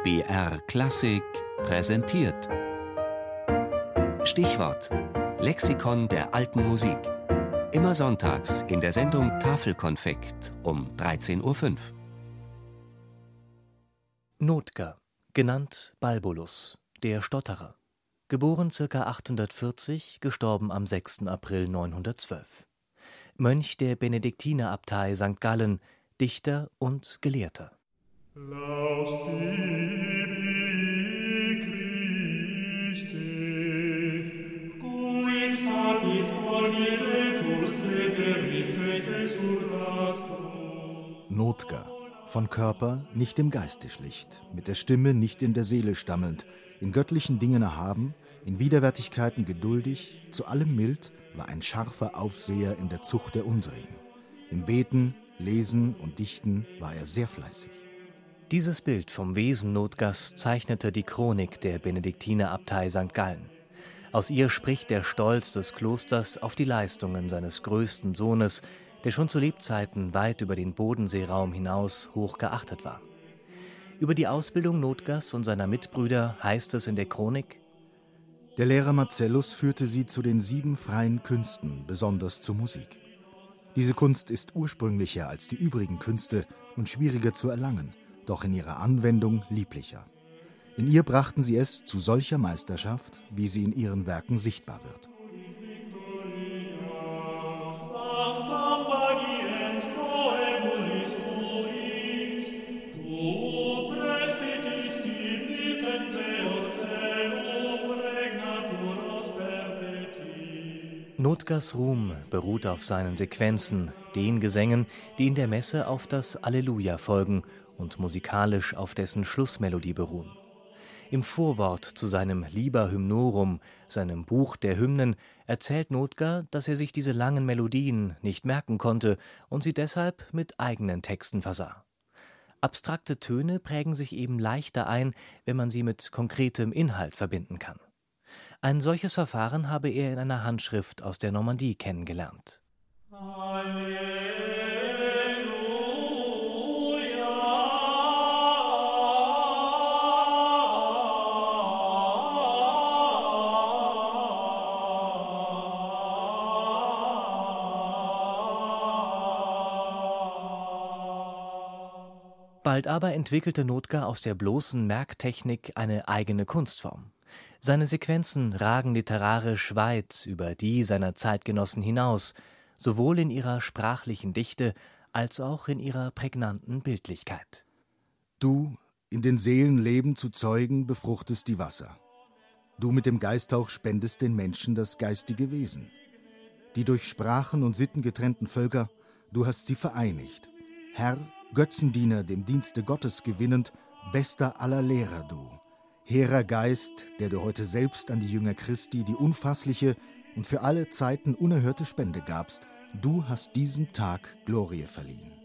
BR Klassik präsentiert. Stichwort: Lexikon der alten Musik. Immer sonntags in der Sendung Tafelkonfekt um 13:05 Uhr. Notker, genannt Balbolus, der Stotterer. Geboren ca. 840, gestorben am 6. April 912. Mönch der Benediktinerabtei St. Gallen, Dichter und Gelehrter. Notker, von Körper nicht im Geiste schlicht, mit der Stimme nicht in der Seele stammelnd, in göttlichen Dingen erhaben, in Widerwärtigkeiten geduldig, zu allem mild, war ein scharfer Aufseher in der Zucht der Unsrigen. Im Beten, Lesen und Dichten war er sehr fleißig. Dieses Bild vom Wesen Notgers zeichnete die Chronik der Benediktinerabtei St. Gallen. Aus ihr spricht der Stolz des Klosters auf die Leistungen seines größten Sohnes, der schon zu Lebzeiten weit über den Bodenseeraum hinaus hoch geachtet war. Über die Ausbildung Notgers und seiner Mitbrüder heißt es in der Chronik: Der Lehrer Marcellus führte sie zu den 7 freien Künsten, besonders zur Musik. Diese Kunst ist ursprünglicher als die übrigen Künste und schwieriger zu erlangen, doch in ihrer Anwendung lieblicher. In ihr brachten sie es zu solcher Meisterschaft, wie sie in ihren Werken sichtbar wird. Notgers Ruhm beruht auf seinen Sequenzen, den Gesängen, die in der Messe auf das Alleluja folgen und musikalisch auf dessen Schlussmelodie beruhen. Im Vorwort zu seinem Liber Hymnorum, seinem Buch der Hymnen, erzählt Notker, dass er sich diese langen Melodien nicht merken konnte und sie deshalb mit eigenen Texten versah. Abstrakte Töne prägen sich eben leichter ein, wenn man sie mit konkretem Inhalt verbinden kann. Ein solches Verfahren habe er in einer Handschrift aus der Normandie kennengelernt. Bald aber entwickelte Notker aus der bloßen Merktechnik eine eigene Kunstform. Seine Sequenzen ragen literarisch weit über die seiner Zeitgenossen hinaus, sowohl in ihrer sprachlichen Dichte als auch in ihrer prägnanten Bildlichkeit. Du, in den Seelen Leben zu zeugen, befruchtest die Wasser. Du mit dem Geisthauch spendest den Menschen das geistige Wesen. Die durch Sprachen und Sitten getrennten Völker, du hast sie vereinigt. Herr, Götzendiener dem Dienste Gottes gewinnend, bester aller Lehrer du. Hehrer Geist, der du heute selbst an die Jünger Christi die unfassliche und für alle Zeiten unerhörte Spende gabst, du hast diesem Tag Glorie verliehen.